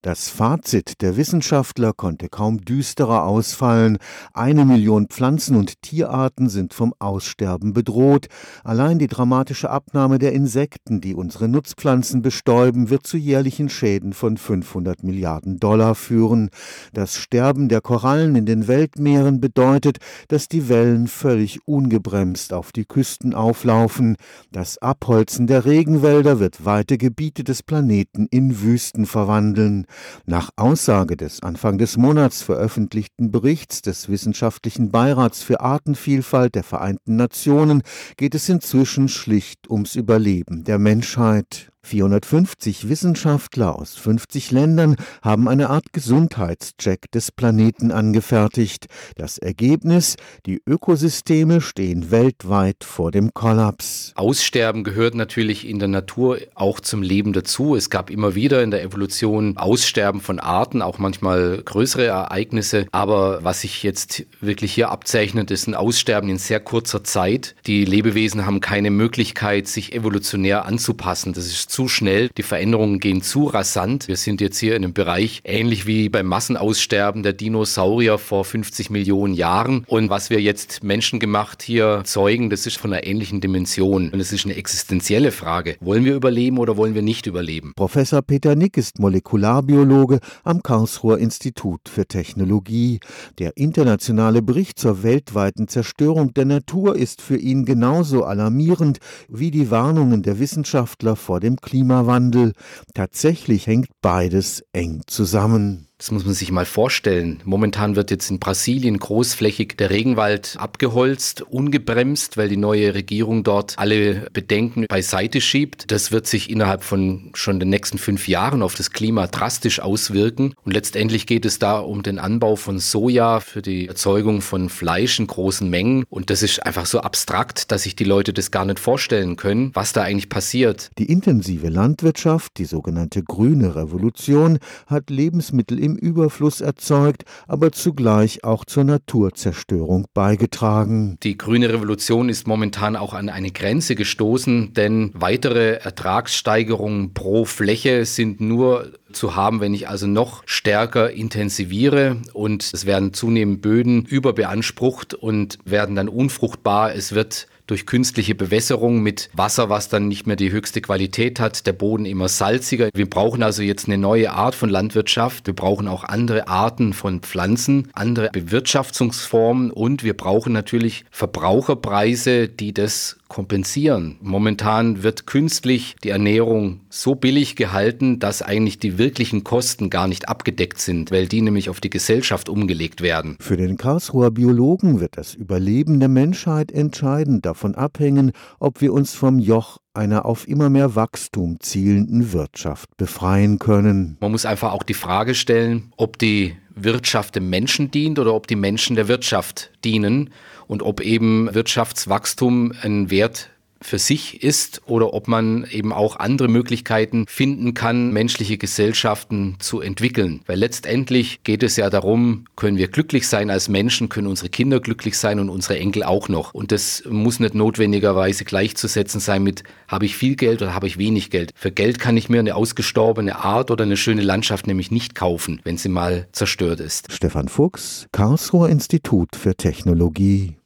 Das Fazit der Wissenschaftler konnte kaum düsterer ausfallen. 1 Million Pflanzen- und Tierarten sind vom Aussterben bedroht. Allein die dramatische Abnahme der Insekten, die unsere Nutzpflanzen bestäuben, wird zu jährlichen Schäden von 500 Milliarden Dollar führen. Das Sterben der Korallen in den Weltmeeren bedeutet, dass die Wellen völlig ungebremst auf die Küsten auflaufen. Das Abholzen der Regenwälder wird weite Gebiete des Planeten in Wüsten verwandeln. Nach Aussage des Anfang des Monats veröffentlichten Berichts des Wissenschaftlichen Beirats für Artenvielfalt der Vereinten Nationen geht es inzwischen schlicht ums Überleben der Menschheit. 450 Wissenschaftler aus 50 Ländern haben eine Art Gesundheitscheck des Planeten angefertigt. Das Ergebnis: Die Ökosysteme stehen weltweit vor dem Kollaps. Aussterben gehört natürlich in der Natur auch zum Leben dazu. Es gab immer wieder in der Evolution Aussterben von Arten, auch manchmal größere Ereignisse. Aber was sich jetzt wirklich hier abzeichnet, ist ein Aussterben in sehr kurzer Zeit. Die Lebewesen haben keine Möglichkeit, sich evolutionär anzupassen. Das ist zu schnell, die Veränderungen gehen zu rasant. Wir sind jetzt hier in einem Bereich ähnlich wie beim Massenaussterben der Dinosaurier vor 50 Millionen Jahren. Und was wir jetzt menschengemacht hier zeugen, das ist von einer ähnlichen Dimension. Und es ist eine existenzielle Frage. Wollen wir überleben oder wollen wir nicht überleben? Professor Peter Nick ist Molekularbiologe am Karlsruher Institut für Technologie. Der internationale Bericht zur weltweiten Zerstörung der Natur ist für ihn genauso alarmierend wie die Warnungen der Wissenschaftler vor dem Klimawandel. Tatsächlich hängt beides eng zusammen. Das muss man sich mal vorstellen. Momentan wird jetzt in Brasilien großflächig der Regenwald abgeholzt, ungebremst, weil die neue Regierung dort alle Bedenken beiseite schiebt. Das wird sich innerhalb von schon den nächsten 5 Jahren auf das Klima drastisch auswirken. Und letztendlich geht es da um den Anbau von Soja für die Erzeugung von Fleisch in großen Mengen. Und das ist einfach so abstrakt, dass sich die Leute das gar nicht vorstellen können, was da eigentlich passiert. Die intensive Landwirtschaft, die sogenannte grüne Revolution, hat Lebensmittel im Überfluss erzeugt, aber zugleich auch zur Naturzerstörung beigetragen. Die grüne Revolution ist momentan auch an eine Grenze gestoßen, denn weitere Ertragssteigerungen pro Fläche sind nur zu haben, wenn ich also noch stärker intensiviere, und es werden zunehmend Böden überbeansprucht und werden dann unfruchtbar. Es wird durch künstliche Bewässerung mit Wasser, was dann nicht mehr die höchste Qualität hat, der Boden immer salziger. Wir brauchen also jetzt eine neue Art von Landwirtschaft. Wir brauchen auch andere Arten von Pflanzen, andere Bewirtschaftungsformen, und wir brauchen natürlich Verbraucherpreise, die das kompensieren. Momentan wird künstlich die Ernährung so billig gehalten, dass eigentlich die wirklichen Kosten gar nicht abgedeckt sind, weil die nämlich auf die Gesellschaft umgelegt werden. Für den Karlsruher Biologen wird das Überleben der Menschheit entscheidend davon abhängen, ob wir uns vom Joch einer auf immer mehr Wachstum zielenden Wirtschaft befreien können. Man muss einfach auch die Frage stellen, ob die Wirtschaft dem Menschen dient oder ob die Menschen der Wirtschaft dienen, und ob eben Wirtschaftswachstum ein Wert für sich ist oder ob man eben auch andere Möglichkeiten finden kann, menschliche Gesellschaften zu entwickeln. Weil letztendlich geht es ja darum, können wir glücklich sein als Menschen, können unsere Kinder glücklich sein und unsere Enkel auch noch. Und das muss nicht notwendigerweise gleichzusetzen sein mit, habe ich viel Geld oder habe ich wenig Geld. Für Geld kann ich mir eine ausgestorbene Art oder eine schöne Landschaft nämlich nicht kaufen, wenn sie mal zerstört ist. Stefan Fuchs, Karlsruher Institut für Technologie.